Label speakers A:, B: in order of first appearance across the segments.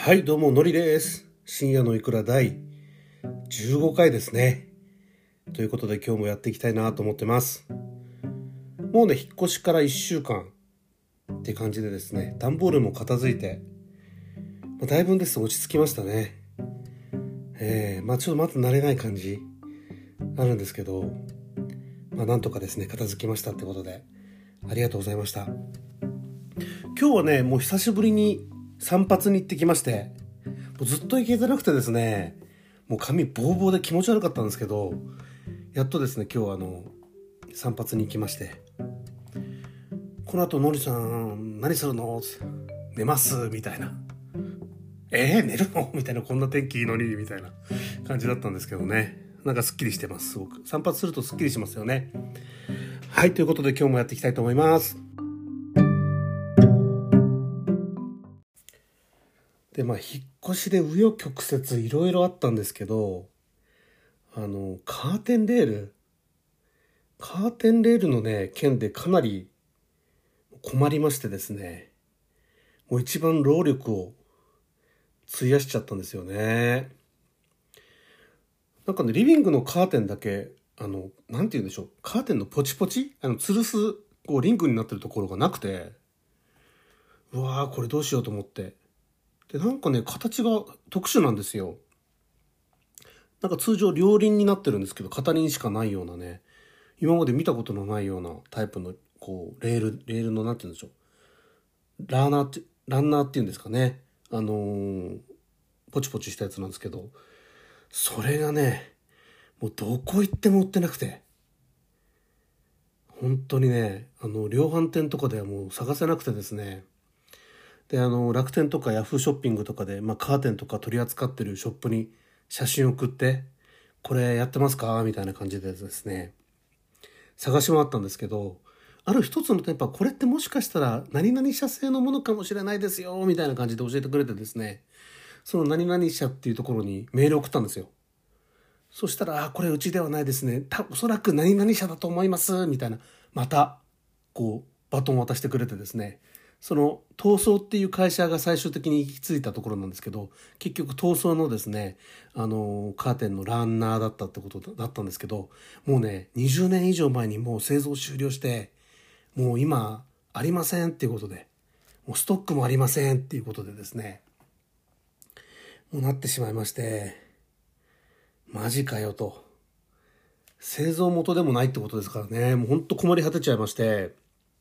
A: はい、どうものりです。深夜のいくら第15回ですね。ということで今日もやっていきたいなと思ってます。もうね、引っ越しから1週間って感じでですね、段ボールも片付いて、だいぶです落ち着きましたね。ちょっとまだ慣れない感じあるんですけど、なんとかですね、片付きましたってことで、ありがとうございました。今日はね、もう久しぶりに散髪に行ってきまして、もうずっと行けてなくてですね、もう髪ボーボーで気持ち悪かったんですけど、やっとですね、今日散髪に行きまして、この後のりさん何するの？寝ますみたいな。寝るのみたいな、こんな天気いいのにみたいな感じだったんですけどね、なんかすっきりしてます。すごく散髪するとすっきりしますよね。はい、ということで今日もやっていきたいと思います。で、引っ越しで紆余曲折いろいろあったんですけど、カーテンレールのね、件でかなり困りましてですね、もう一番労力を費やしちゃったんですよね。なんかね、リビングのカーテンだけ、なんて言うんでしょう、カーテンのポチポチ吊るす、リングになってるところがなくて、うわー、これどうしようと思って。で、なんかね、形が特殊なんですよ。なんか通常両輪になってるんですけど、片輪しかないようなね、今まで見たことのないようなタイプの、レールのなんて言うんでしょう。ランナーっていうんですかね。ポチポチしたやつなんですけど、それがね、もうどこ行っても売ってなくて、本当にね、量販店とかではもう探せなくてですね。で、楽天とかヤフーショッピングとかで、カーテンとか取り扱ってるショップに写真を送って、これやってますかみたいな感じでですね、探し回ったんですけど、ある一つの店舗はこれってもしかしたら何々社製のものかもしれないですよみたいな感じで教えてくれてですね、その何々社っていうところにメールを送ったんですよ。そしたら、これうちではないですね、おそらく何々社だと思いますみたいな、またバトンを渡してくれてですね、その東総っていう会社が最終的に行き着いたところなんですけど、結局東総のですね、カーテンのランナーだったってことだったんですけど、もうね、20年以上前にもう製造終了して、もう今ありませんっていうことで、もうストックもありませんっていうことでですね、もうなってしまいまして、マジかよと。製造元でもないってことですからね、もうほんと困り果てちゃいまして、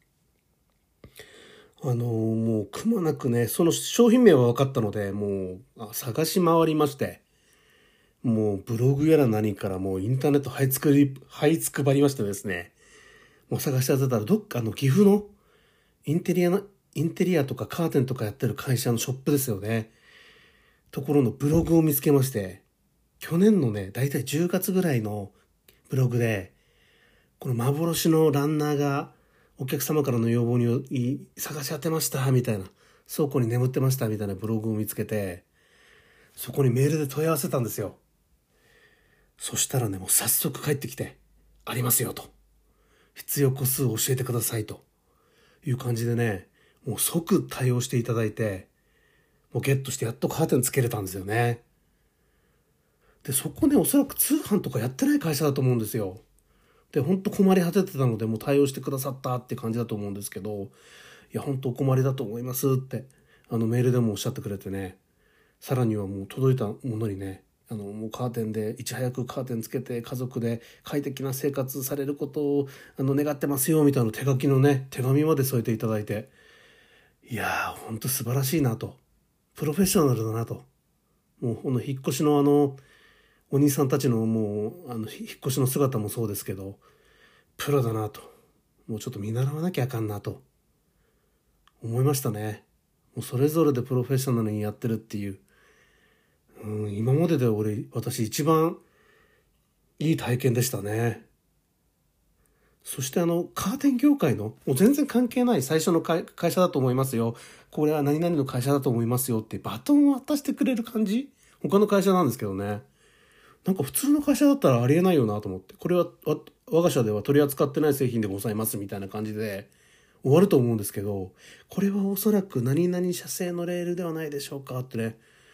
A: もうくまなくね、その商品名は分かったので、もう探し回りまして、もうブログやら何からもうインターネット這いつくばりましてですね、もう探し当てたらどっか岐阜のインテリアとかカーテンとかやってる会社のショップですよね。ところのブログを見つけまして、去年のね、だいたい10月ぐらいのブログで、この幻のランナーがお客様からの要望に探し当てましたみたいな、倉庫に眠ってましたみたいなブログを見つけて、そこにメールで問い合わせたんですよ。そしたらね、もう早速帰ってきて、ありますよと。必要個数を教えてくださいという感じでね、もう即対応していただいて、もうゲットしてやっとカーテンつけれたんですよね。で、そこね、おそらく通販とかやってない会社だと思うんですよ。で、本当困り果ててたので、もう対応してくださったって感じだと思うんですけど、いや、本当お困りだと思いますって、メールでもおっしゃってくれてね、さらにはもう届いたものにね、もうカーテンで、いち早くカーテンつけて、家族で快適な生活されることを、願ってますよ、みたいな手書きのね、手紙まで添えていただいて、いやー、本当素晴らしいなと。プロフェッショナルだなと。もう、この引っ越しのお兄さんたちのもう、引っ越しの姿もそうですけど、プロだなと。もうちょっと見習わなきゃあかんなと思いましたね。もうそれぞれでプロフェッショナルにやってるっていう、今までで私一番いい体験でしたね。そしてカーテン業界の、もう全然関係ない最初の会社だと思いますよ。これは何々の会社だと思いますよってバトンを渡してくれる感じ？他の会社なんですけどね。なんか普通の会社だったらありえないよなと思って。これは我が社では取り扱ってない製品でございますみたいな感じで終わると思うんですけど、これはおそらく何々社製のレールではないでしょうかってね、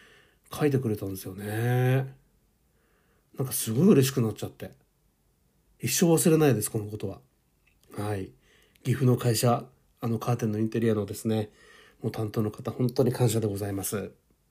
A: 書いてくれたんですよね。なんかすごい嬉しくなっちゃって、一生忘れないですこのことは。はい。岐阜の会社、カーテンのインテリアのですね、もう担当の方本当に感謝でございます。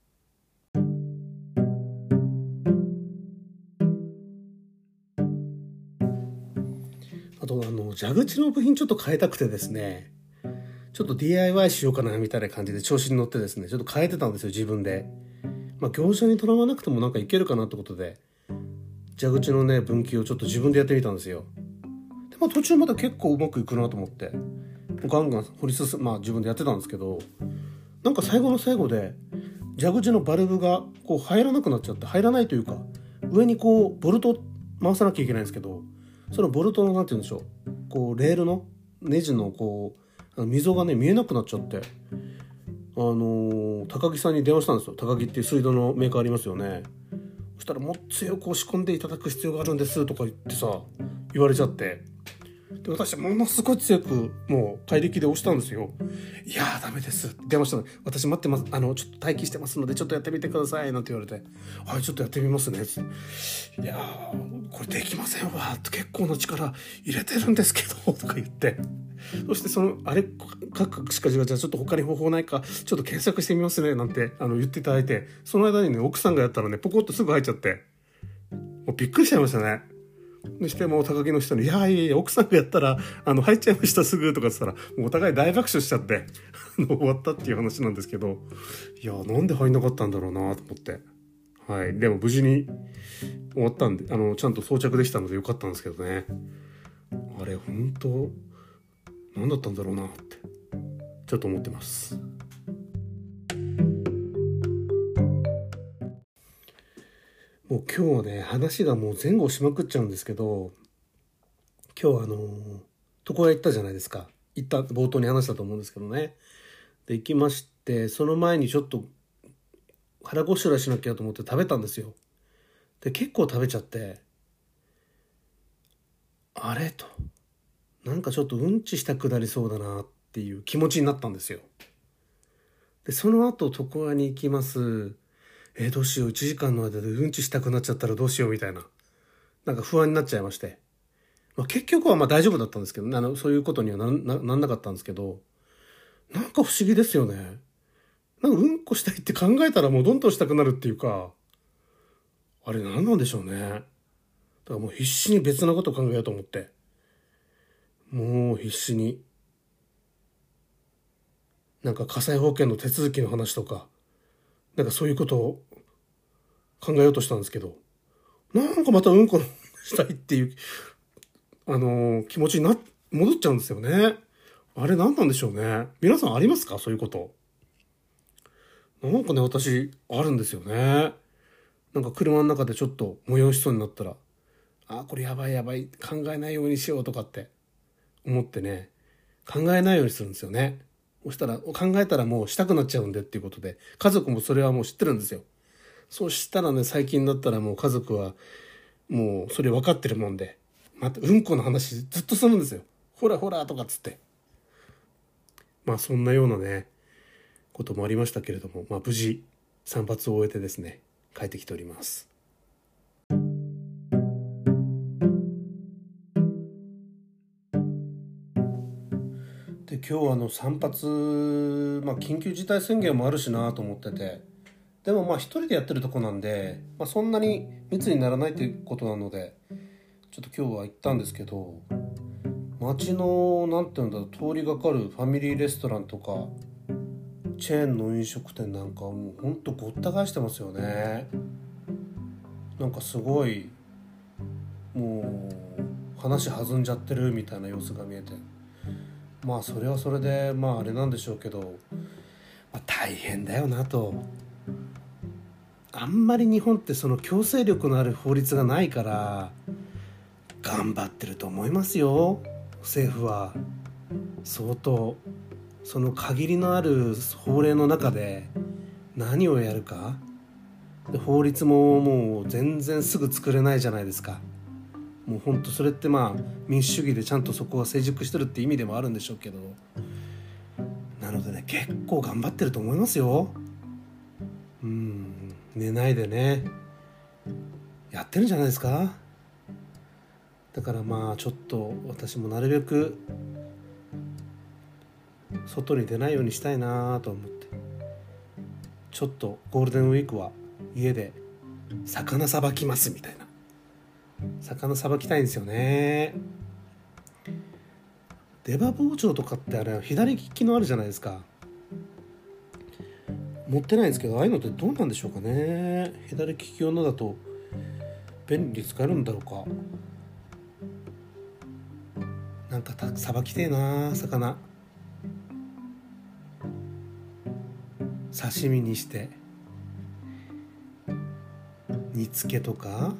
A: あと蛇口の部品ちょっと変えたくてですね、ちょっと DIY しようかなみたいな感じで調子に乗ってですね、ちょっと変えてたんですよ自分で。業者に頼まなくてもなんかいけるかなってことで、蛇口のね分岐をちょっと自分でやってみたんですよ。で、途中まだ結構うまくいくなと思ってガンガン掘り進む、自分でやってたんですけど、なんか最後の最後で蛇口のバルブがこう入らなくなっちゃって、入らないというか、上にこうボルト回さなきゃいけないんですけど、そのボルトのなんて言うんでしょう、こうレールのネジのこう溝がね見えなくなっちゃって、高木さんに電話したんですよ。高木っていう水道のメーカーありますよね。そしたら、もっと強く押し込んでいただく必要があるんですとか言ってさ、言われちゃって、で私はものすごい強くもう怪力で押したんですよ。いやーダメですって電話したの。私待ってます、ちょっと待機してますのでちょっとやってみてくださいなんて言われて、はいちょっとやってみますねって。いやーこれできませんわって、結構な力入れてるんですけどとか言って、そしてあれカクカクしかじゃあちょっと他に方法ないかちょっと検索してみますねなんて言っていただいて、その間にね奥さんがやったらねポコッとすぐ入っちゃって、もうびっくりしちゃいましたね。にしても高木の人に「いやいやいや奥さんがやったら入っちゃいましたすぐ」とか言ったら、もうお互い大爆笑しちゃって終わったっていう話なんですけど、いやなんで入んなかったんだろうなと思って、はい、でも無事に終わったんでちゃんと装着できたのでよかったんですけどね。あれ本当何だったんだろうなってちょっと思ってます。もう今日はね話がもう前後しまくっちゃうんですけど、今日床屋行ったじゃないですか。行った冒頭に話したと思うんですけどね。で行きまして、その前にちょっと腹ごしらえしなきゃと思って食べたんですよ。で結構食べちゃって、あれと、なんかちょっとうんちしたくなりそうだなっていう気持ちになったんですよ。でその後床屋に行きます。どうしよう、1時間の間でうんちしたくなっちゃったらどうしようみたいな、なんか不安になっちゃいまして、結局は大丈夫だったんですけどね、そういうことにはなんなかったんですけど、なんか不思議ですよね。なんかうんこしたいって考えたらもうどんどんしたくなるっていうか、あれ何なんでしょうね。だからもう必死に別なことを考えようと思って、もう必死になんか火災保険の手続きの話とか、なんかそういうことを考えようとしたんですけど、なんかまたうんこしたいっていう気持ちに戻っちゃうんですよね。あれ何なんでしょうね。皆さんありますか、そういうこと。なんかね私あるんですよね。なんか車の中でちょっと催しそうになったら、これやばいやばい、考えないようにしようとかって思ってね、考えないようにするんですよね。そしたら考えたらもうしたくなっちゃうんでっていうことで、家族もそれはもう知ってるんですよ。そしたらね、最近だったらもう家族はもうそれ分かってるもんで、またうんこの話ずっとするんですよ。ほらほらとかっつって。そんなようなねこともありましたけれども、無事散髪を終えてですね帰ってきております。で今日散髪、緊急事態宣言もあるしなと思ってて、でも一人でやってるとこなんで、そんなに密にならないということなのでちょっと今日は行ったんですけど、街のなんていうんだろう、通りがかるファミリーレストランとかチェーンの飲食店なんかもうほんとごった返してますよね。なんかすごいもう話弾んじゃってるみたいな様子が見えて、それはそれであれなんでしょうけど、大変だよなと。あんまり日本ってその強制力のある法律がないから頑張ってると思いますよ、政府は。相当その限りのある法令の中で何をやるか。で法律ももう全然すぐ作れないじゃないですか。もうほんとそれって民主主義でちゃんとそこは成熟してるって意味でもあるんでしょうけど、なのでね結構頑張ってると思いますよ。 寝ないでねやってるんじゃないですか。だからまあちょっと私もなるべく外に出ないようにしたいなと思って、ちょっとゴールデンウィークは家で魚さばきますみたいな、魚さばきたいんですよね。出刃包丁とかってあれ左利きのあるじゃないですか。持ってないんですけど、ああいうのってどうなんでしょうかね。左利き用のだと便利に使えるんだろうか。なんかさばきてえな魚、刺身にして煮付けとか、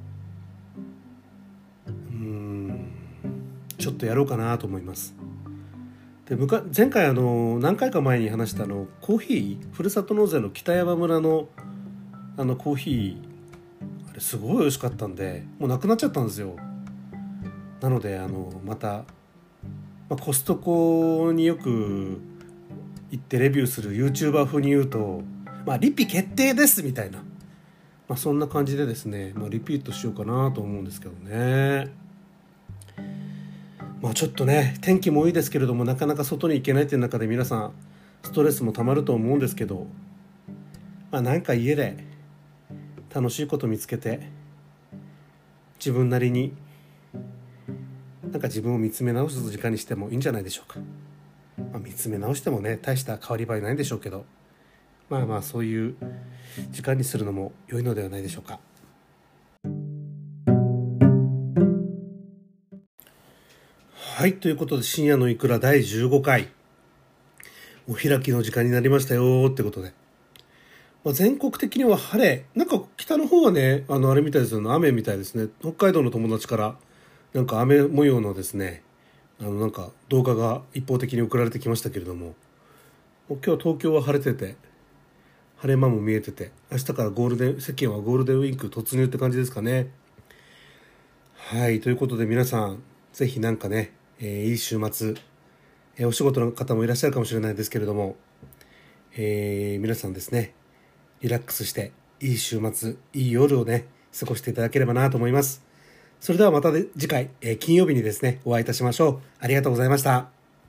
A: ちょっとやろうかなと思います。で前回何回か前に話したコーヒー、ふるさと納税の北山村のコーヒー、あれすごい美味しかったんでもうなくなっちゃったんですよ。なのでまた、コストコによく行ってレビューする YouTuber 風に言うと、リピ決定ですみたいな、そんな感じでですね、リピートしようかなと思うんですけどね。ちょっとね天気もいいですけれども、なかなか外に行けないという中で皆さんストレスもたまると思うんですけど、なんか家で楽しいこと見つけて自分なりになんか自分を見つめ直す時間にしてもいいんじゃないでしょうか。見つめ直してもね大した変わり映えないんでしょうけど、そういう時間にするのも良いのではないでしょうか。はい、ということで深夜のいくら第15回お開きの時間になりましたよってことで、全国的には晴れ、なんか北の方はねあれみたいですよ、雨みたいですね。北海道の友達からなんか雨模様のですねなんか動画が一方的に送られてきましたけれども、今日東京は晴れてて晴れ間も見えてて、明日から世間はゴールデンウィーク突入って感じですかね。はい、ということで皆さんぜひなんかね、いい週末、お仕事の方もいらっしゃるかもしれないですけれども、皆さんですねリラックスしていい週末いい夜をね過ごしていただければなと思います。それではまた次回、金曜日にですねお会いいたしましょう。ありがとうございました。